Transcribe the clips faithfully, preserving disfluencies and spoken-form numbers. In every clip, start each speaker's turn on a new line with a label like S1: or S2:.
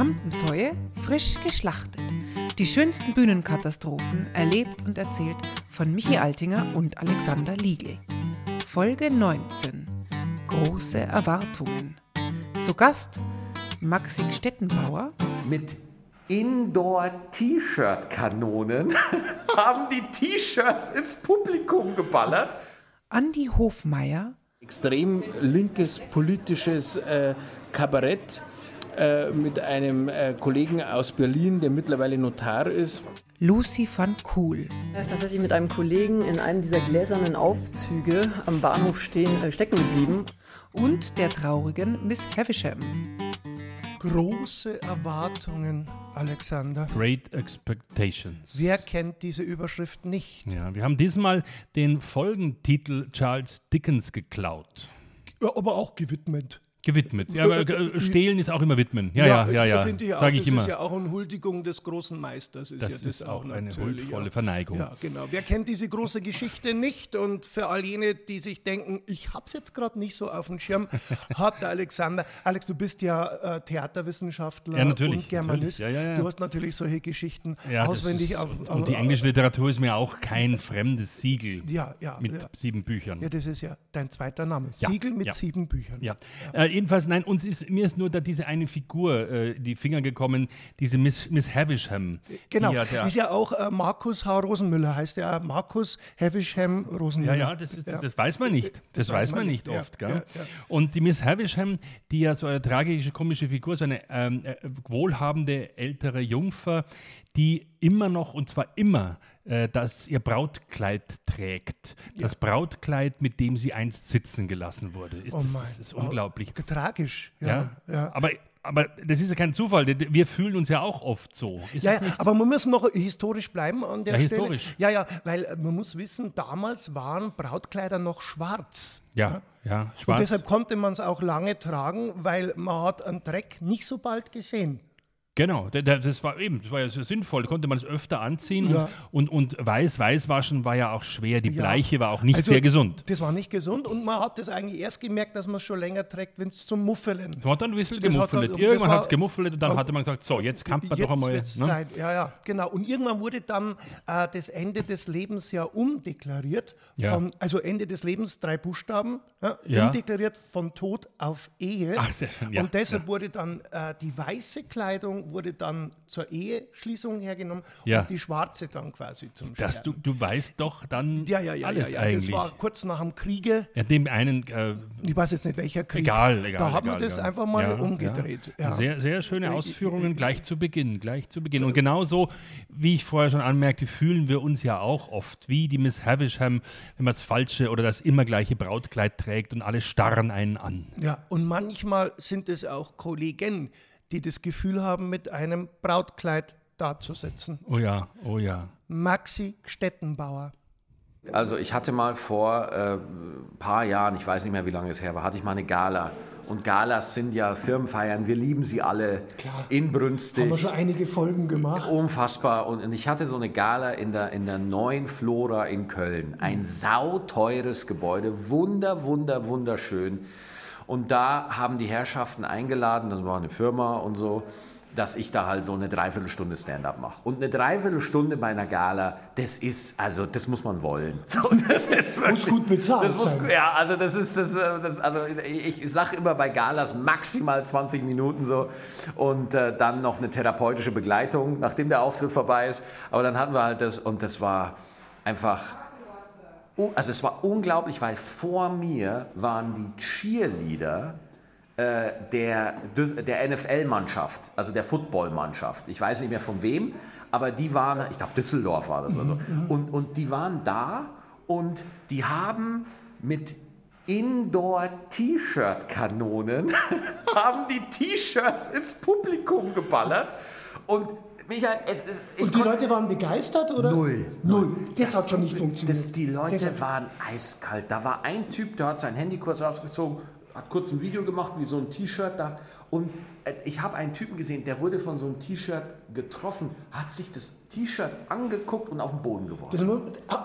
S1: Lampensäue frisch geschlachtet. Die schönsten Bühnenkatastrophen erlebt und erzählt von Michi Altinger und Alexander Liegl. Folge neunzehn. Große Erwartungen. Zu Gast Maxi Stettenbauer.
S2: Mit Indoor-T-Shirt-Kanonen haben die T-Shirts ins Publikum geballert.
S1: Andi Hofmeier.
S3: Extrem linkes politisches äh, Kabarett äh, mit einem äh, Kollegen aus Berlin, der mittlerweile Notar ist.
S1: Lucy van Kuhl.
S4: Tatsächlich mit einem Kollegen in einem dieser gläsernen Aufzüge am Bahnhof stehen, äh, stecken geblieben.
S1: Und der traurigen Miss Havisham.
S5: Große Erwartungen, Alexander.
S6: Great Expectations.
S5: Wer kennt diese Überschrift nicht?
S6: Ja, wir haben diesmal den Folgentitel Charles Dickens geklaut.
S5: Ja, aber auch gewidmet.
S6: Gewidmet. Ja, aber äh, stehlen ist auch immer widmen. Ja, ja, ja, ja.
S5: Finde ich auch.
S6: Sag ich
S5: das
S6: immer.
S5: ist ja auch eine Huldigung des großen Meisters. Ist
S6: das
S5: ja das
S6: ist auch eine
S5: natürlich,
S6: huldvolle
S5: ja.
S6: Verneigung.
S5: Ja, genau. Wer kennt diese große Geschichte nicht? Und für all jene, die sich denken, ich hab's jetzt gerade nicht so auf dem Schirm, hat der Alexander. Alex, du bist ja äh, Theaterwissenschaftler
S6: ja, natürlich,
S5: und Germanist.
S6: Natürlich. Ja, ja, ja.
S5: Du hast natürlich solche Geschichten
S6: ja,
S5: auswendig.
S6: Ist,
S5: auf,
S6: und
S5: auf,
S6: die englische Literatur ist mir auch kein fremdes Siegel
S5: ja, ja,
S6: mit
S5: ja.
S6: sieben Büchern.
S5: Ja, das ist ja dein zweiter Name.
S6: Ja,
S5: Siegel mit
S6: ja.
S5: sieben Büchern.
S6: Ja. Ja. Äh, jedenfalls, nein, uns ist, mir ist nur da diese eine Figur äh, die Finger gekommen, diese Miss, Miss Havisham.
S5: Genau,
S6: ja der,
S5: ist ja auch äh, Markus H. Rosenmüller, heißt ja Markus Havisham Rosenmüller.
S6: Ja, ja, das, ist, ja. das weiß man nicht. Das, das weiß man nicht
S5: ja,
S6: oft. Gell?
S5: Ja, ja.
S6: Und die Miss Havisham, die ja so eine tragische, komische Figur, so eine ähm, äh, wohlhabende ältere Jungfer, die immer noch, und zwar immer, äh, das ihr Brautkleid trägt. Ja. Das Brautkleid, mit dem sie einst sitzen gelassen wurde. Ist,
S5: oh
S6: das,
S5: mein.
S6: das ist unglaublich.
S5: Oh, tragisch. Ja,
S6: ja?
S5: ja.
S6: Aber Aber das ist ja kein Zufall, wir fühlen uns ja auch oft so. Ist
S5: ja, ja, aber man muss noch historisch bleiben an der
S6: ja,
S5: Stelle.
S6: Historisch.
S5: Ja, ja, weil man muss wissen, damals waren Brautkleider noch schwarz.
S6: Ja, ja, ja schwarz.
S5: Und deshalb konnte man es auch lange tragen, weil man hat einen Dreck nicht so bald gesehen.
S6: Genau, das war eben, das war ja so sinnvoll, da konnte man es öfter anziehen
S5: ja.
S6: und, und, und weiß, weiß waschen war ja auch schwer, die
S5: ja.
S6: Bleiche war auch nicht
S5: also,
S6: sehr gesund.
S5: Das war nicht gesund und man hat das eigentlich erst gemerkt, dass man es schon länger trägt, wenn es zum Muffelen.
S6: Es hat dann ein bisschen
S5: das
S6: gemuffelt,
S5: hat,
S6: irgendwann hat es gemuffelt und dann und hatte man gesagt, so, jetzt kann man
S5: jetzt
S6: doch einmal. Ne?
S5: Zeit. Ja, ja, genau. Und irgendwann wurde dann äh, das Ende des Lebens ja umdeklariert,
S6: ja.
S5: Von, also Ende des Lebens, drei Buchstaben, ja,
S6: ja.
S5: umdeklariert von Tod auf Ehe.
S6: Ach, sehr, ja,
S5: und deshalb
S6: ja.
S5: wurde dann äh, die weiße Kleidung wurde dann zur Eheschließung hergenommen
S6: ja.
S5: und die schwarze dann quasi zum
S6: das,
S5: Sterben.
S6: Du, du weißt doch dann
S5: ja, ja, ja,
S6: alles
S5: ja, ja.
S6: eigentlich.
S5: Das war kurz nach dem Kriege.
S6: Ja, dem einen, äh,
S5: ich weiß jetzt nicht, welcher Krieg.
S6: Egal, egal.
S5: Da hat man
S6: egal,
S5: das
S6: ja.
S5: einfach mal
S6: ja,
S5: umgedreht.
S6: Ja.
S5: Ja.
S6: Sehr, sehr schöne Ausführungen gleich zu Beginn, gleich zu Beginn. Und genauso, wie ich vorher schon anmerkte, fühlen wir uns ja auch oft wie die Miss Havisham, wenn man das falsche oder das immer gleiche Brautkleid trägt und alle starren einen an.
S5: Ja, und manchmal sind es auch Kollegen, die das Gefühl haben, mit einem Brautkleid dazusitzen.
S6: Oh ja, oh ja.
S5: Maxi Stettenbauer.
S2: Also ich hatte mal vor ein äh, paar Jahren, ich weiß nicht mehr, wie lange es her war, hatte ich mal eine Gala. Und Galas sind ja Firmenfeiern, wir lieben sie alle.
S5: Klar.
S2: Inbrünstig.
S5: Haben wir schon einige Folgen gemacht.
S2: Unfassbar. Und ich hatte so eine Gala in der, in der neuen Flora in Köln. Ein sauteures Gebäude, wunder, wunder, wunderschön. Und da haben die Herrschaften eingeladen, das war eine Firma und so, dass ich da halt so eine Dreiviertelstunde Stand-up mache. Und eine Dreiviertelstunde bei einer Gala, das ist, also das muss man wollen. So, das ist wirklich,
S5: muss gut bezahlt
S2: das muss,
S5: sein.
S2: Ja, also das ist, das, das, also ich, ich sage immer bei Galas maximal zwanzig Minuten so und äh, dann noch eine therapeutische Begleitung, nachdem der Auftritt vorbei ist. Aber dann hatten wir halt das und das war einfach... Also es war unglaublich, weil vor mir waren die Cheerleader äh, der, der N F L-Mannschaft, also der Football-Mannschaft. Ich weiß nicht mehr von wem, aber die waren, ich glaube Düsseldorf war das oder so. Und, und die waren da und die haben mit Indoor-T-Shirt-Kanonen haben die T-Shirts ins Publikum geballert und Michael, es, es, ich
S5: und die Leute waren begeistert, oder?
S2: Null.
S5: Null. Das,
S2: das
S5: hat schon nicht funktioniert.
S2: Das, die Leute
S5: das
S2: waren eiskalt. Da war ein Typ, der hat sein Handy kurz rausgezogen, hat kurz ein Video gemacht, wie so ein T-Shirt da. Und ich habe einen Typen gesehen, der wurde von so einem T-Shirt getroffen, hat sich das T-Shirt angeguckt und auf den Boden geworfen.
S5: Das nur,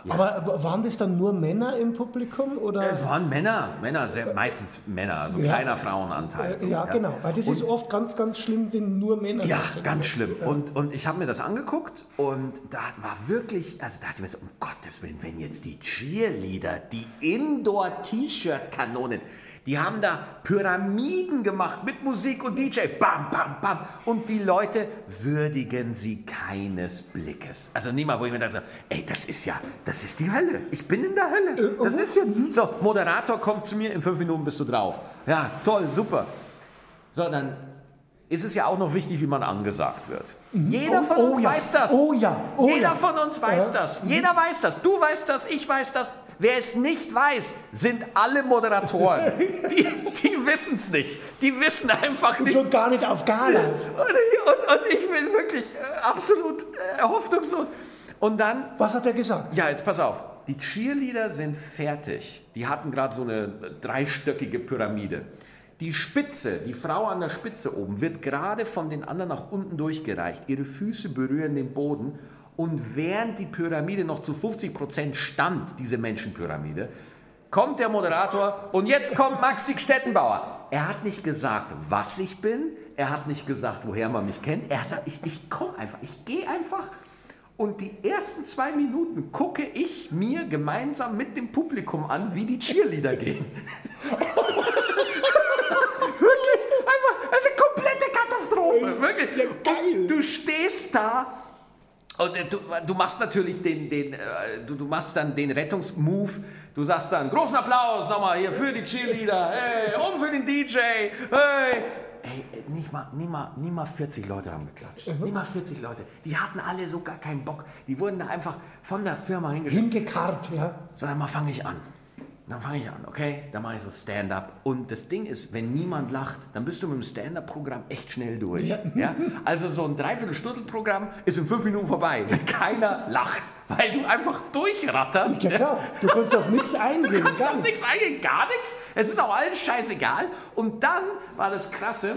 S2: Ja.
S5: Aber waren das dann nur Männer im Publikum? Oder?
S2: Es waren Männer, Männer sehr, meistens Männer, also
S5: Ja.
S2: kleiner Frauenanteil. So,
S5: ja, genau. Weil das
S2: und,
S5: ist oft ganz, ganz schlimm, wenn nur Männer
S2: Ja,
S5: das sind.
S2: ganz schlimm. Ja. Und, und ich habe mir das angeguckt und da war wirklich, also dachte ich mir so, um Gottes Willen, wenn jetzt die Cheerleader, die Indoor-T-Shirt-Kanonen, die haben da Pyramiden gemacht mit Musik und D J. Bam, bam, bam. Und die Leute würdigen sie keines Blickes. Also niemand, wo ich mir dachte, ey, das ist ja, das ist die Hölle. Ich bin in der Hölle. Das ist jetzt. So, Moderator kommt zu mir, in fünf Minuten bist du drauf. Ja, toll, super. So, dann ist es ja auch noch wichtig, wie man angesagt wird. Jeder von
S5: Oh,
S2: uns
S5: oh ja.
S2: weiß das.
S5: Oh ja. Oh
S2: Jeder
S5: ja.
S2: von uns weiß
S5: Ja.
S2: das. Jeder weiß das. Du weißt das, ich weiß das. Wer es nicht weiß, sind alle Moderatoren. Die, die wissen es nicht. Die wissen einfach nicht.
S5: Schon gar nicht auf Galas.
S2: Und ich, und, und ich bin wirklich äh, absolut äh, hoffnungslos. Und dann,
S5: Was hat er gesagt?
S2: ja, jetzt pass auf. Die Cheerleader sind fertig. Die hatten gerade so eine dreistöckige Pyramide. Die Spitze, die Frau an der Spitze oben, wird gerade von den anderen nach unten durchgereicht. Ihre Füße berühren den Boden. Und während die Pyramide noch zu fünfzig Prozent stand, diese Menschenpyramide, kommt der Moderator und jetzt kommt Maxi Stettenbauer. Er hat nicht gesagt, was ich bin. Er hat nicht gesagt, woher man mich kennt. Er sagt, ich, ich komme einfach, ich gehe einfach. Und die ersten zwei Minuten gucke ich mir gemeinsam mit dem Publikum an, wie die Cheerleader gehen. Wirklich, einfach eine komplette Katastrophe. Wirklich.
S5: Ja, geil.
S2: Und du stehst da und äh, du, du machst natürlich den, den äh, du, du machst dann den Rettungsmove. Du sagst dann, großen Applaus nochmal hier für die Cheerleader. Hey, um für den D J. Hey. Ey, nicht mal, nicht, mal, nicht mal vierzig Leute haben geklatscht. Mhm. Nicht mal vierzig Leute. Die hatten alle so gar keinen Bock. Die wurden da einfach von der Firma hingeschickt.
S5: Hingekarrt, ja.
S2: So, dann mal fange ich an. Dann fange ich an, okay? Dann mache ich so Stand-up. Und das Ding ist, wenn niemand lacht, dann bist du mit dem Stand-up-Programm echt schnell durch. Ja. Ja? Also so ein Dreiviertel-Stunden-Programm ist in fünf Minuten vorbei, wenn keiner lacht, weil du einfach durchratterst.
S5: Ja klar, du kannst auf nichts eingehen.
S2: Du kannst
S5: gar
S2: auf
S5: nichts.
S2: nichts eingehen, gar nichts. Es ist auch allen scheißegal. Und dann war das Krasse,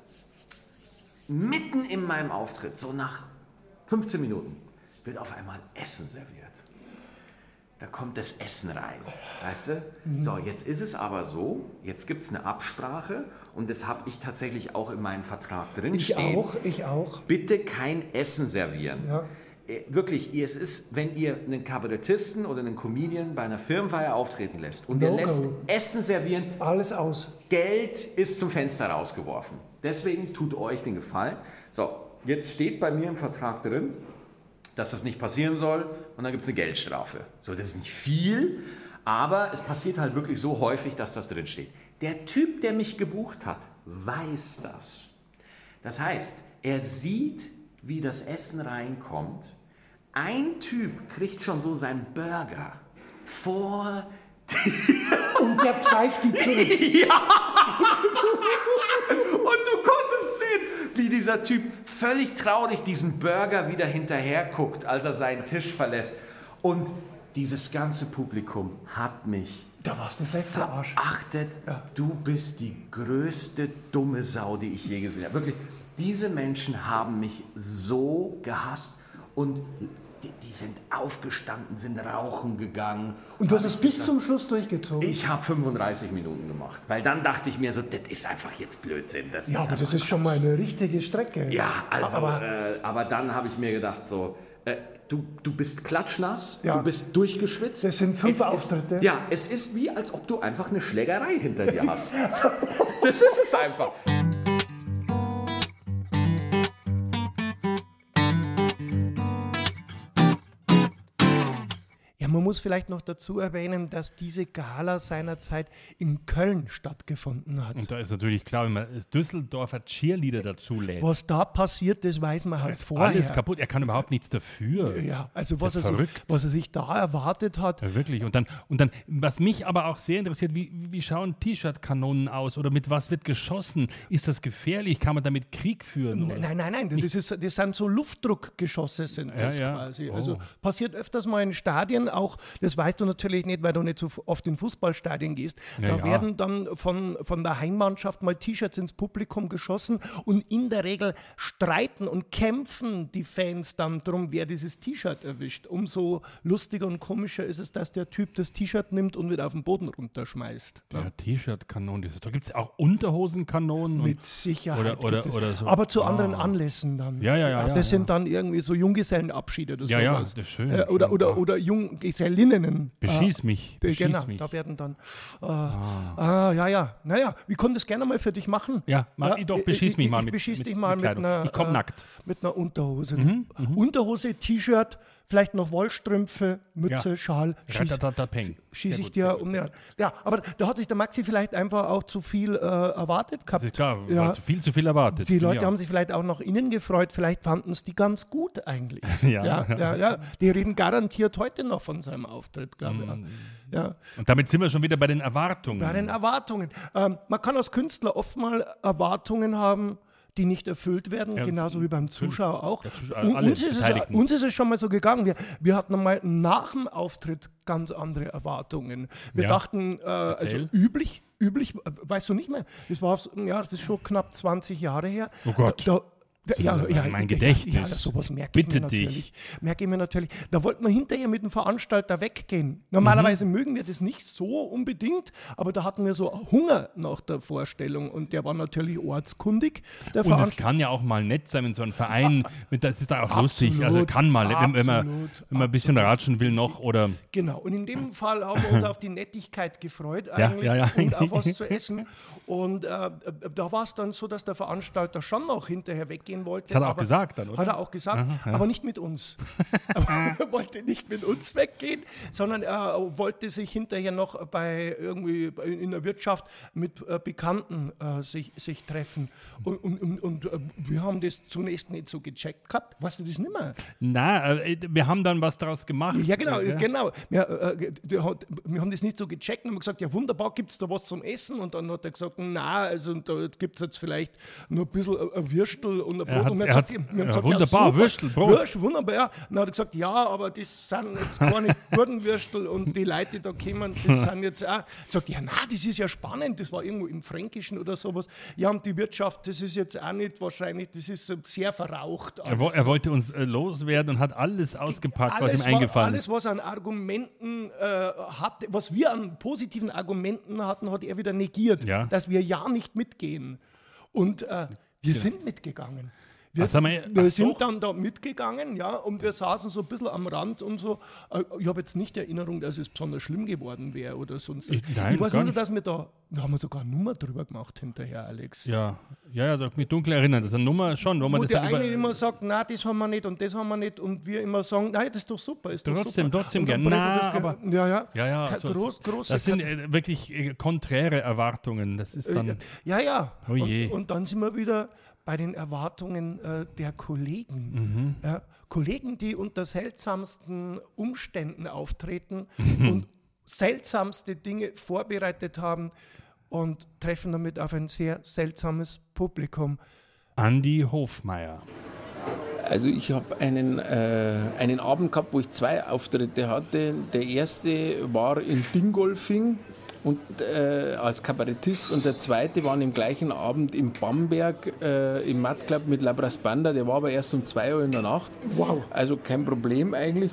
S2: mitten in meinem Auftritt, so nach fünfzehn Minuten, wird auf einmal Essen serviert. Da kommt das Essen rein, weißt du? Mhm. So, jetzt ist es aber so, jetzt gibt es eine Absprache und das habe ich tatsächlich auch in meinem Vertrag drin
S5: Ich
S2: stehen.
S5: auch, ich auch.
S2: Bitte kein Essen servieren.
S5: Ja.
S2: Äh, Wirklich, ihr- es ist, wenn ihr einen Kabarettisten oder einen Comedian bei einer Firmenfeier auftreten lässt und
S5: No
S2: ihr lässt
S5: go.
S2: Essen servieren,
S5: Alles aus.
S2: Geld ist zum Fenster rausgeworfen. Deswegen tut euch den Gefallen. So, jetzt steht bei mir im Vertrag drin, dass das nicht passieren soll und dann gibt es eine Geldstrafe. So, das ist nicht viel, aber es passiert halt wirklich so häufig, dass das drin steht. Der Typ, der mich gebucht hat, weiß das. Das heißt, er sieht, wie das Essen reinkommt. Ein Typ kriegt schon so seinen Burger vor
S5: Und der pfeift die zurück.
S2: Und du konntest sehen, wie dieser Typ völlig traurig diesen Burger wieder hinterher guckt, als er seinen Tisch verlässt. Und dieses ganze Publikum hat mich
S5: Da warst du sechster Arsch.
S2: verachtet.
S5: Ja.
S2: Du bist die größte dumme Sau, die ich je gesehen habe. Wirklich, diese Menschen haben mich so gehasst und die, die sind aufgestanden, sind rauchen gegangen.
S5: Und du hast
S2: Hab
S5: es
S2: ich
S5: bis
S2: gesagt,
S5: zum Schluss durchgezogen?
S2: Ich habe fünfunddreißig Minuten gemacht, weil dann dachte ich mir so, das ist einfach jetzt Blödsinn. Das
S5: Ja,
S2: ist
S5: aber das
S2: einfach
S5: ist schon mal eine richtige Strecke.
S2: ja, also,
S5: Aber-
S2: äh, aber dann habe ich mir gedacht, so, äh, du, du bist klatschnass,
S5: Ja.
S2: du bist durchgeschwitzt.
S5: Das sind fünf
S2: Es
S5: Auftritte.
S2: Ist, ja, es ist wie, als ob du einfach eine Schlägerei hinter dir hast. So, das ist es einfach.
S5: Ja, man muss vielleicht noch dazu erwähnen, dass diese Gala seinerzeit in Köln stattgefunden hat.
S6: Und da ist natürlich klar, wenn man das Düsseldorfer Cheerleader dazu lädt.
S5: Was da passiert, das weiß man halt
S6: ist
S5: vorher.
S6: alles kaputt. Er kann überhaupt nichts dafür.
S5: Ja, also
S6: Ist
S5: was
S6: ja
S5: er, sich,
S6: verrückt.
S5: was er sich da erwartet hat.
S6: Ja, wirklich. Und dann, und dann, was mich aber auch sehr interessiert, wie, wie schauen T-Shirt-Kanonen aus oder mit was wird geschossen? Ist das gefährlich? Kann man damit Krieg führen? Oder?
S5: Nein, nein, nein, das, ist, das sind so Luftdruckgeschosse sind das
S6: Ja, ja.
S5: quasi.
S6: Oh.
S5: Also passiert öfters mal in Stadien, auch, das weißt du natürlich nicht, weil du nicht so oft in Fußballstadien gehst,
S6: Ja,
S5: da
S6: ja.
S5: werden dann von, von der Heimmannschaft mal T-Shirts ins Publikum geschossen und in der Regel streiten und kämpfen die Fans dann drum, wer dieses T-Shirt erwischt. Umso lustiger und komischer ist es, dass der Typ das T-Shirt nimmt und wieder auf den Boden runterschmeißt.
S6: Ja, T-Shirt-Kanonen. Da gibt es auch Unterhosenkanonen.
S5: Mit
S6: und,
S5: Sicherheit.
S6: Oder- oder-
S5: gibt es.
S6: oder so.
S5: Aber zu
S6: Ah.
S5: anderen Anlässen dann.
S6: Ja, ja, ja, ja,
S5: Das
S6: ja.
S5: sind dann irgendwie so Junggesellenabschiede oder
S6: Ja, ja,
S5: sowas.
S6: das ist schön,
S5: Äh, oder,
S6: schön.
S5: oder,
S6: Ah.
S5: oder Junggesellinnen.
S6: Beschieß
S5: Äh,
S6: mich.
S5: äh,
S6: Beschieß
S5: genau,
S6: mich.
S5: da werden dann. Äh, ah. ja, ja. Naja, wir können das gerne mal für dich machen.
S6: Ja, mach, doch, beschieß
S5: ich,
S6: mich mal
S5: ich
S6: mit,
S5: beschieß
S6: mit,
S5: dich mal
S6: mit
S5: mit,
S6: Kleidung.
S5: einer,
S6: Ich komm
S5: äh,
S6: nackt.
S5: mit einer Unterhose.
S6: Mhm,
S5: Unterhose, T-Shirt, vielleicht noch Wollstrümpfe, Mütze,
S6: Ja.
S5: Schal. Schieß,
S6: Ratatatapeng.
S5: schieß
S6: Sehr
S5: ich
S6: gut,
S5: dir
S6: sehr gut,
S5: um
S6: sehr
S5: den Ja, aber da hat sich der Maxi vielleicht einfach auch zu viel äh, erwartet gehabt.
S6: Das ist klar,
S5: Ja.
S6: war viel zu viel erwartet.
S5: Die Leute
S6: ja.
S5: haben sich vielleicht auch nach innen gefreut, vielleicht fanden es die ganz gut eigentlich.
S6: Ja.
S5: ja, ja, ja. Die reden garantiert heute noch von seinem Auftritt, glaube ich.
S6: Mm.
S5: Ja.
S6: Und damit sind wir schon wieder bei den Erwartungen.
S5: Bei den Erwartungen. Ähm, man kann als Künstler oft mal Erwartungen haben, die nicht erfüllt werden,
S6: Ja,
S5: genauso wie beim Zuschauer auch.
S6: Der Zuschauer-
S5: Und
S6: alle
S5: uns, ist es,
S6: Beteiligten.
S5: uns ist es schon mal so gegangen. Wir, wir hatten einmal nach dem Auftritt ganz andere Erwartungen. Wir
S6: Ja.
S5: dachten, äh, also
S6: Erzähl.
S5: üblich, üblich, äh, weißt du nicht mehr, das war ja, das ist schon knapp zwanzig Jahre her.
S6: Oh Gott.
S5: Da, da,
S6: Das
S5: ja,
S6: ist
S5: ja,
S6: mein
S5: ja,
S6: Gedächtnis.
S5: Ja, sowas merke ich
S6: Bitte
S5: mir
S6: dich.
S5: natürlich. Merke ich mir natürlich. Da wollten wir hinterher mit dem Veranstalter weggehen. Normalerweise
S6: Mhm.
S5: mögen wir das nicht so unbedingt, aber da hatten wir so Hunger nach der Vorstellung und der war natürlich ortskundig. Der
S6: Und es
S5: Veranstalter.
S6: kann ja auch mal nett sein, wenn so ein Verein, mit, das ist da auch lustig.
S5: Absolut,
S6: Also kann mal, wenn, wenn, man,
S5: absolut,
S6: wenn man ein bisschen
S5: absolut.
S6: ratschen will noch oder
S5: Genau, und in dem Fall haben wir uns auf die Nettigkeit gefreut
S6: Ja,
S5: eigentlich
S6: ja, ja.
S5: und auf was zu essen. Und äh, da war es dann so, dass der Veranstalter schon noch hinterher weggehen wollte.
S6: Das hat er auch
S5: aber-
S6: gesagt dann, oder?
S5: Hat er auch gesagt, aber nicht mit uns. Er wollte nicht mit uns weggehen, sondern er wollte sich hinterher noch bei irgendwie in der Wirtschaft mit äh, Bekannten äh, sich, sich treffen. Und, und, und, und äh, wir haben das zunächst nicht so gecheckt gehabt. Weißt du das nicht mehr?
S6: na, äh, wir haben dann was daraus gemacht.
S5: Ja, genau,
S6: Ja.
S5: genau. Wir, äh, wir, hat- wir haben das nicht so gecheckt und haben gesagt, ja wunderbar, gibt es da was zum Essen? Und dann hat er gesagt, na, also da gibt es jetzt vielleicht nur ein bisschen äh, ein Würstel und ein Brot.
S6: Er hat-
S5: und wir
S6: er
S5: haben
S6: hat-
S5: gesagt, wir haben
S6: ja,
S5: gesagt,
S6: wunderbar,
S5: super,
S6: Würstel, Brot.
S5: Würstel, wunderbar, ja. Dann hat er gesagt, ja, aber das sind jetzt keine guten Würstel und die Leute, die da kommen, das sind jetzt auch. Ich gesagt, ja, na, das ist ja spannend, das war irgendwo im Fränkischen oder sowas. Ja, und die Wirtschaft, das ist jetzt auch nicht wahrscheinlich, das ist so sehr verraucht.
S6: Er, wo,
S5: alles.
S6: er wollte uns äh, loswerden und hat alles ausgepackt, was ihm
S5: war-
S6: eingefallen
S5: alles,
S6: ist.
S5: was an Argumenten äh, hatte, was wir an positiven Argumenten hatten, hat er wieder negiert,
S6: Ja.
S5: dass wir ja nicht mitgehen. Und äh, wir sind mitgegangen. Wir,
S6: Ach, sag mal,
S5: wir
S6: ach
S5: sind
S6: doch.
S5: dann da mitgegangen, ja, und wir saßen so ein bisschen am Rand und so. Äh, Ich habe jetzt nicht die Erinnerung, dass es besonders schlimm geworden wäre oder sonst.
S6: Ich- nein,
S5: ich weiß
S6: gar
S5: nur,
S6: nicht.
S5: dass wir da, da haben wir sogar eine Nummer drüber gemacht hinterher, Alex.
S6: Ja, ja, ja, doch mich dunkel erinnern. Das ist eine Nummer schon, wo man
S5: Wo
S6: das
S5: der
S6: dann über,
S5: eine immer sagt, nein, das haben wir nicht und das haben wir nicht und wir immer sagen, nein, das ist doch super, ist doch
S6: Trotzdem,
S5: super.
S6: trotzdem
S5: Und dann
S6: gern.
S5: presst er
S6: Na,
S5: das ge-
S6: aber-
S5: ja, ja.
S6: Ja, ja,
S5: Ka-
S6: so,
S5: groß,
S6: so,
S5: große
S6: das sind
S5: Kat-
S6: äh, wirklich äh, konträre Erwartungen. Das ist dann.
S5: ja, ja.
S6: Oh je.
S5: Und, und dann sind wir wieder bei den Erwartungen äh, der Kollegen.
S6: Mhm.
S5: Ja, Kollegen, die unter seltsamsten Umständen auftreten
S6: Mhm.
S5: und seltsamste Dinge vorbereitet haben und treffen damit auf ein sehr seltsames Publikum.
S6: Andi Hofmeier.
S3: Also ich habe einen, äh, einen Abend gehabt, wo ich zwei Auftritte hatte. Der erste war in Dingolfing und, äh, als Kabarettist und der zweite war an dem gleichen Abend in Bamberg äh, im Mad Club mit Labras Banda. Der war aber erst um zwei Uhr in der Nacht.
S5: Wow.
S3: Also kein Problem eigentlich.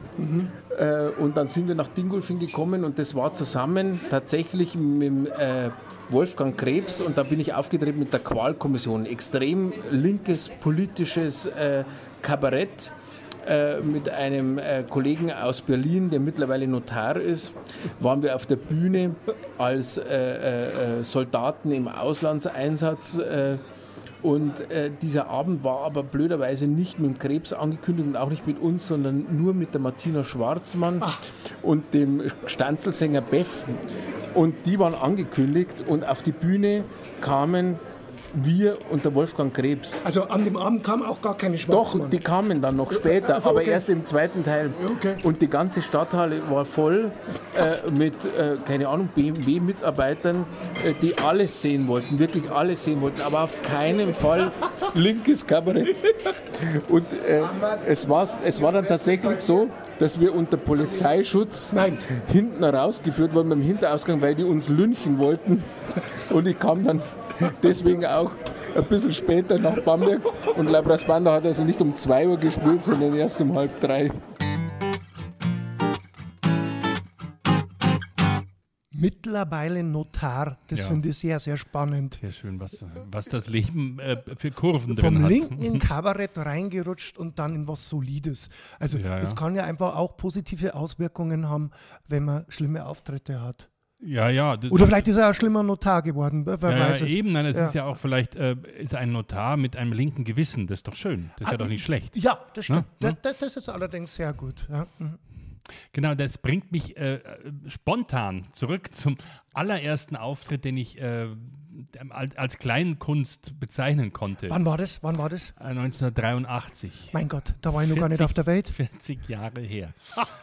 S3: Äh, und dann sind wir nach Dingolfing gekommen und das war zusammen tatsächlich mit dem äh, Wolfgang Krebs und da bin ich aufgetreten mit der Qualkommission. Extrem linkes politisches äh, Kabarett äh, mit einem äh, Kollegen aus Berlin, der mittlerweile Notar ist, waren wir auf der Bühne als äh, äh, Soldaten im Auslandseinsatz. Äh, Und äh, dieser Abend war aber blöderweise nicht mit dem Krebs angekündigt und auch nicht mit uns, sondern nur mit der Martina Schwarzmann und dem Stanzelsänger Beff. Und die waren angekündigt und auf die Bühne kamen wir und der Wolfgang Krebs.
S5: Also an dem Abend kam auch gar keine
S3: Doch,
S5: Schwarzmann.
S3: die kamen dann noch später,
S5: Also,
S3: aber
S5: okay.
S3: erst im zweiten Teil.
S5: Okay.
S3: Und die ganze Stadthalle war voll äh, mit, äh, keine Ahnung, B M W-Mitarbeitern, äh, die alles sehen wollten, wirklich alles sehen wollten, aber auf keinen Fall linkes Kabarett. Und äh, es, war, es war dann tatsächlich so, dass wir unter Polizeischutz
S5: Nein.
S3: hinten rausgeführt wurden beim Hinterausgang, weil die uns lynchen wollten. Und ich kam dann deswegen auch ein bisschen später nach Bamberg. Und Labras Banda hat also nicht um zwei Uhr gespielt, sondern erst um halb drei.
S5: Mittlerweile Notar, das
S6: Ja.
S5: finde ich sehr, sehr spannend.
S6: Sehr schön, was, was das Leben äh, für Kurven drin
S5: Vom
S6: hat.
S5: Linken in Kabarett reingerutscht und dann in was Solides. Also
S6: Ja,
S5: es
S6: ja.
S5: kann ja einfach auch positive Auswirkungen haben, wenn man schlimme Auftritte hat.
S6: Ja, ja. Das,
S5: Oder vielleicht ist er ein schlimmer Notar geworden, wer
S6: ja,
S5: weiß
S6: ja,
S5: es.
S6: eben, nein, es
S5: Ja.
S6: ist ja auch vielleicht, äh, ist ein Notar mit einem linken Gewissen, das ist doch schön, das ist ja doch nicht schlecht.
S5: Ja, das stimmt.
S6: Ja, ja.
S5: Das, das ist allerdings sehr gut. Ja. Mhm.
S6: Genau, das bringt mich äh, spontan zurück zum allerersten Auftritt, den ich äh, als, als Kleinkunst bezeichnen konnte.
S5: Wann war das? Wann war das?
S6: Äh, neunzehnhundertdreiundachtzig.
S5: Mein Gott, da war ich noch gar nicht
S6: vierzig
S5: auf der Welt.
S6: vierzig Jahre her.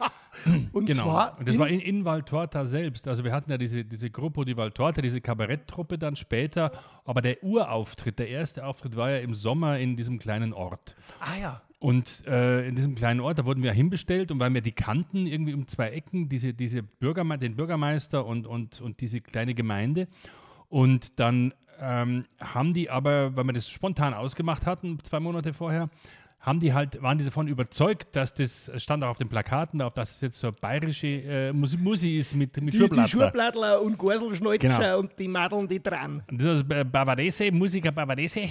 S5: Und
S6: Genau.
S5: zwar
S6: Und das
S5: in-
S6: war in, in Valtorta selbst. Also wir hatten ja diese, diese Gruppo di Valtorta, diese Kabaretttruppe dann später. Aber der Urauftritt, der erste Auftritt war ja im Sommer in diesem kleinen Ort.
S5: Ah ja.
S6: Und äh, in diesem kleinen Ort, da wurden wir hinbestellt und weil wir die kannten, irgendwie um zwei Ecken, diese, diese Bürgerme- den Bürgermeister und, und, und diese kleine Gemeinde. Und dann ähm, haben die aber, weil wir das spontan ausgemacht hatten, zwei Monate vorher, haben die halt, waren die davon überzeugt, dass das, stand auch auf den Plakaten drauf, dass es jetzt so bayerische äh, Musi, Musi ist mit, mit
S5: Die, die
S6: Schurblattler.
S5: Schurblattler und Gorselschnäuzer
S6: Genau.
S5: und die Madeln, die dran.
S6: Das ist äh, Bavarese, Musiker Bavarese,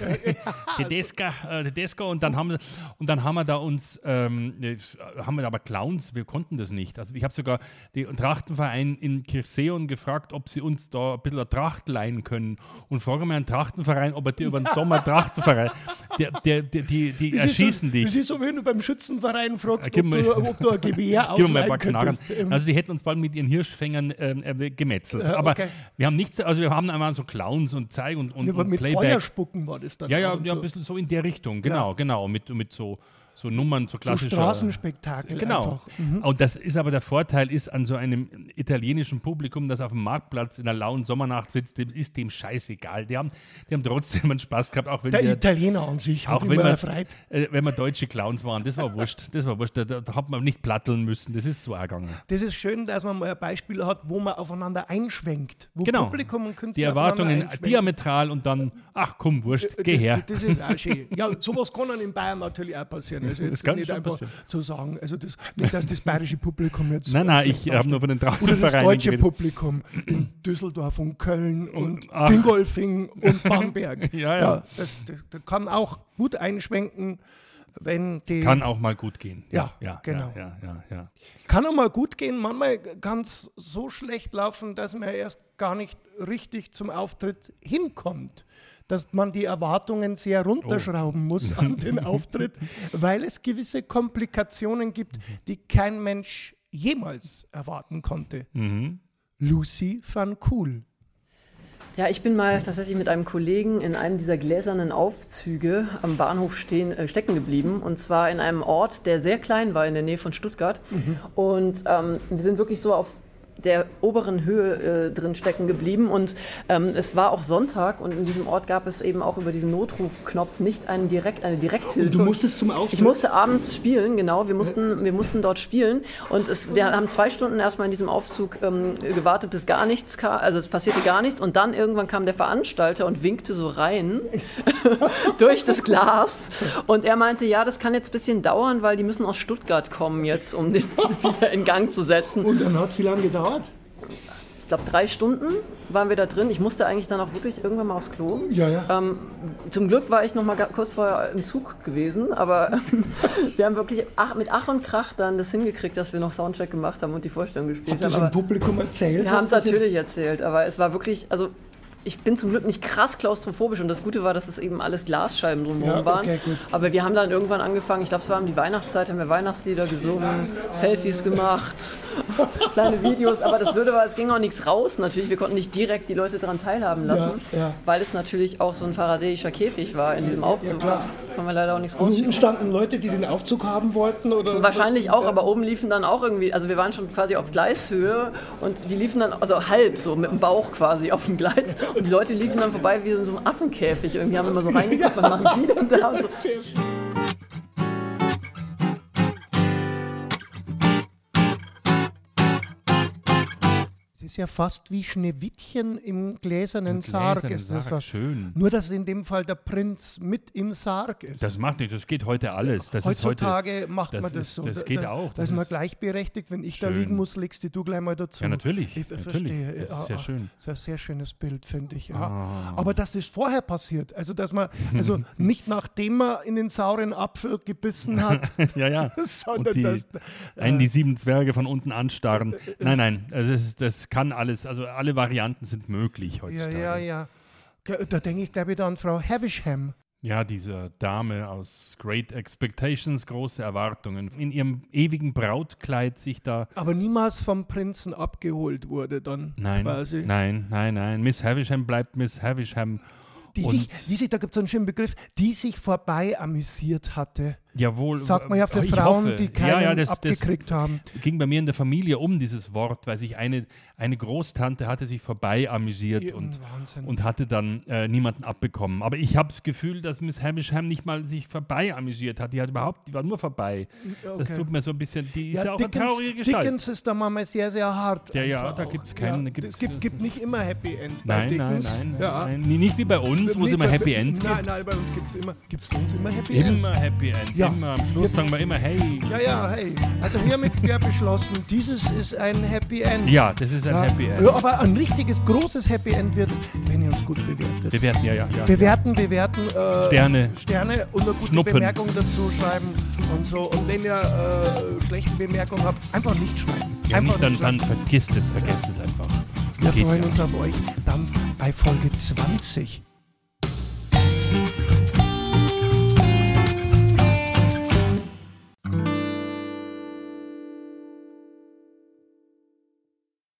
S6: Tedesca, äh, Tedesco und dann haben sie, und dann haben wir da uns, ähm, äh, haben wir da aber Clowns, wir konnten das nicht. Also ich habe sogar den Trachtenverein in Kirchseeon gefragt, ob sie uns da ein bisschen eine Tracht leihen können und frage mal einen Trachtenverein, ob er dir über den Sommer Trachtenverein, der, der, der, die, die
S5: Das ist
S6: erschießen
S5: so,
S6: dich.
S5: Das ist so, wenn du beim Schützenverein fragst,
S6: Äh, gib
S5: ob,
S6: mir-
S5: du, ob du ein Gewehr
S6: Gib mir mal ein paar
S5: ausleihen
S6: Knarren.
S5: könntest. Ähm,
S6: Also die hätten uns bald mit ihren Hirschfängern ähm, äh, gemetzelt.
S5: Ja,
S6: aber
S5: okay.
S6: wir haben nichts, also wir haben einmal so Clowns und Zeig und, und,
S5: ja, aber
S6: und
S5: mit
S6: Playback.
S5: Feuerspucken war das dann.
S6: Ja, ja,
S5: auch und
S6: ja,
S5: so.
S6: ein bisschen so in der Richtung, genau,
S5: Ja.
S6: genau, mit, mit so, so Nummern, so
S5: So
S6: klassischer...
S5: Straßenspektakel
S6: Genau.
S5: einfach. Mhm.
S6: Und das ist aber der Vorteil, ist an so einem italienischen Publikum, das auf dem Marktplatz in einer lauen Sommernacht sitzt, dem ist dem scheißegal. Die haben, die haben trotzdem einen Spaß gehabt, auch wenn
S5: Der
S6: wir,
S5: Italiener an sich
S6: auch
S5: hat
S6: wenn
S5: immer
S6: wir,
S5: erfreut.
S6: äh, wenn wir deutsche Clowns waren. Das war wurscht, das war wurscht. Da, da hat man nicht platteln müssen, das ist so ergangen.
S5: Das ist schön, dass man mal ein Beispiel hat, wo man aufeinander einschwenkt. Wo
S6: Genau.
S5: Publikum und Künstler
S6: Die Erwartungen
S5: aufeinander einschwenken.
S6: diametral und dann, ach komm, wurscht, geh her.
S5: Das, das ist auch schön. Ja, sowas kann dann in Bayern natürlich auch passieren. Also
S6: Das
S5: jetzt
S6: kann
S5: nicht
S6: schon
S5: einfach
S6: passieren.
S5: zu sagen. Also das, nicht, dass das bayerische Publikum jetzt.
S6: Nein, nein,
S5: schlecht
S6: ich habe nur von den
S5: dasteht. Oder das
S6: Trachtenvereinen
S5: deutsche
S6: geredet.
S5: Publikum in Düsseldorf und Köln und,
S6: ach.
S5: Dingolfing und Bamberg.
S6: Ja, ja.
S5: das, das, das kann auch gut einschwenken, wenn die.
S6: Kann auch mal gut gehen.
S5: Ja,
S6: ja,
S5: genau.
S6: Ja, ja, ja, ja.
S5: Kann auch mal gut gehen, manchmal kann es so schlecht laufen, dass man erst gar nicht richtig zum Auftritt hinkommt. Dass man die Erwartungen sehr runterschrauben
S6: Oh.
S5: muss an den Auftritt, weil es gewisse Komplikationen gibt, die kein Mensch jemals erwarten konnte.
S6: Mhm.
S5: Lucy van Cool.
S4: Ja, ich bin mal tatsächlich mit einem Kollegen in einem dieser gläsernen Aufzüge am Bahnhof stehen, äh, stecken geblieben. Und zwar in einem Ort, der sehr klein war in der Nähe von Stuttgart.
S5: Mhm.
S4: Und ähm, wir sind wirklich so auf der oberen Höhe äh, drin stecken geblieben. Und ähm, es war auch Sonntag und in diesem Ort gab es eben auch über diesen Notrufknopf nicht einen Direkt, eine Direkthilfe.
S5: Du musstest zum Auftritt?
S4: Ich musste abends spielen, genau. Wir mussten, wir mussten dort spielen. Und es, wir haben zwei Stunden erstmal in diesem Aufzug ähm, gewartet, bis gar nichts kam. Also es passierte gar nichts. Und dann irgendwann kam der Veranstalter und winkte so rein durch das Glas. Und er meinte, ja, das kann jetzt ein bisschen dauern, weil die müssen aus Stuttgart kommen jetzt, um den wieder in Gang zu setzen.
S5: Und dann hat es wie lange gedauert?
S4: Ich glaube, drei Stunden waren wir da drin. Ich musste eigentlich dann auch wirklich irgendwann mal aufs Klo.
S5: Ja, ja.
S4: Ähm, zum Glück war ich noch mal ga- kurz vorher im Zug gewesen, aber wir haben wirklich ach, mit Ach und Krach dann das hingekriegt, dass wir noch Soundcheck gemacht haben und die Vorstellung gespielt
S5: Habt ihr
S4: haben.
S5: schon dem
S4: Aber
S5: Publikum erzählt?
S4: wir
S5: was
S4: haben es
S5: passiert?
S4: natürlich erzählt, aber es war wirklich, also ich bin zum Glück nicht krass klaustrophobisch und das Gute war, dass es eben alles Glasscheiben drumherum
S5: Ja,
S4: waren.
S5: okay, gut.
S4: Aber wir haben dann irgendwann angefangen, ich glaube, es war um die Weihnachtszeit, haben wir Weihnachtslieder gesungen, Selfies gemacht kleine Videos. Aber das Blöde war, es ging auch nichts raus natürlich. Wir konnten nicht direkt die Leute daran teilhaben lassen,
S5: Ja, ja.
S4: weil es natürlich auch so ein faradäischer Käfig war in diesem Aufzug.
S5: Ja, klar.
S4: Können wir leider auch nichts
S5: Und unten
S4: rausschieben.
S5: standen Leute, die den Aufzug haben wollten? Oder
S4: Wahrscheinlich auch, aber oben liefen dann auch irgendwie, also wir waren schon quasi auf Gleishöhe und die liefen dann, also halb so mit dem Bauch quasi auf dem Gleis und die Leute liefen dann vorbei wie in so einem Affenkäfig. Irgendwie haben immer so reingeguckt, was machen die denn da? Und so.
S5: Es ist ja fast wie Schneewittchen im gläsernen
S6: Im
S5: Sarg.
S6: gläsernen
S5: Ist das
S6: Sarg,
S5: was.
S6: schön.
S5: Nur, dass in dem Fall der Prinz mit im Sarg ist.
S6: Das macht nichts, das geht heute alles. Das
S5: Heutzutage
S6: ist heute,
S5: macht
S6: das
S5: man das
S6: ist,
S5: so.
S6: Das
S5: Da-
S6: geht
S5: da,
S6: auch.
S5: Da
S6: Das
S5: ist man
S6: ist-
S5: gleichberechtigt. Wenn ich da
S6: schön.
S5: liegen muss, legst die du gleich mal dazu.
S6: Ja, natürlich.
S5: Ich
S6: natürlich.
S5: verstehe.
S6: Das ist sehr
S5: Ah,
S6: schön.
S5: Das ist ein sehr schönes Bild, finde ich. Ja.
S6: Ah.
S5: Aber das ist vorher passiert. Also, dass man, also nicht nachdem man in den sauren Apfel gebissen hat,
S6: Ja, ja.
S5: sondern
S6: Und die,
S5: das,
S6: einen die sieben Zwerge von unten anstarren. Nein, nein, also das, ist, das kann alles, also alle Varianten sind möglich
S5: ja,
S6: heutzutage.
S5: ja, ja. Ge- Da denke ich, glaube ich, da an Frau Havisham.
S6: Ja, diese Dame aus Great Expectations, große Erwartungen, in ihrem ewigen Brautkleid sich da.
S5: Aber niemals vom Prinzen abgeholt wurde dann
S6: Nein,
S5: quasi.
S6: nein, nein, nein. Miss Havisham bleibt Miss Havisham.
S5: Die
S6: Und-
S5: sich, die sich, da gibt es einen schönen Begriff, die sich vorbei amüsiert hatte.
S6: Jawohl.
S5: Sagt man ja für
S6: ich
S5: Frauen,
S6: hoffe.
S5: die keinen
S6: ja, ja, das,
S5: abgekriegt haben.
S6: das ging bei mir in der Familie um dieses Wort, weil sich eine, eine Großtante hatte sich vorbei amüsiert
S5: Ja,
S6: und,
S5: Wahnsinn.
S6: und hatte dann äh, niemanden abbekommen. Aber ich habe das Gefühl, dass Miss Havisham nicht mal sich vorbei amüsiert hat. Die hat überhaupt, die war nur vorbei. Das
S5: Okay.
S6: tut mir so ein bisschen, die ist ja, auch
S5: Dickens,
S6: eine traurige Gestalt.
S5: Dickens ist da manchmal sehr, sehr hart.
S6: Ja, ja,
S5: einfach
S6: da
S5: auch.
S6: gibt's keinen-
S5: Ja,
S6: gibt's-
S5: es gibt, gibt nicht immer Happy End bei
S6: Nein, nein,
S5: Dickens.
S6: nein,
S5: Ja.
S6: nein. Nicht wie bei uns, wo es
S5: Nee,
S6: immer
S5: bei-
S6: Happy End
S5: Nein,
S6: gibt.
S5: nein, bei uns gibt es immer, gibt's bei uns immer Happy End.
S6: Immer Happy End.
S5: Ja.
S6: Immer. Am Schluss sagen wir immer, hey.
S5: Ja, ja, hey. Also hiermit quer beschlossen, dieses ist ein Happy End.
S6: Ja, das ist ein
S5: Ja.
S6: Happy End.
S5: Ja, aber ein richtiges, großes Happy End wird, wenn ihr uns gut bewertet.
S6: Bewerten, ja, ja, ja.
S5: Bewerten, bewerten. Äh,
S6: Sterne.
S5: Sterne und eine gute
S6: Schnuppen.
S5: Bemerkung dazu schreiben und so. Und wenn ihr äh, schlechte Bemerkungen habt, einfach nicht schreiben.
S6: Ja,
S5: einfach
S6: nicht, dann,
S5: nicht
S6: dann
S5: schreiben.
S6: vergisst es, vergesst es einfach.
S5: Wir
S6: Geht
S5: freuen
S6: ja.
S5: uns auf euch dann bei Folge zwanzig.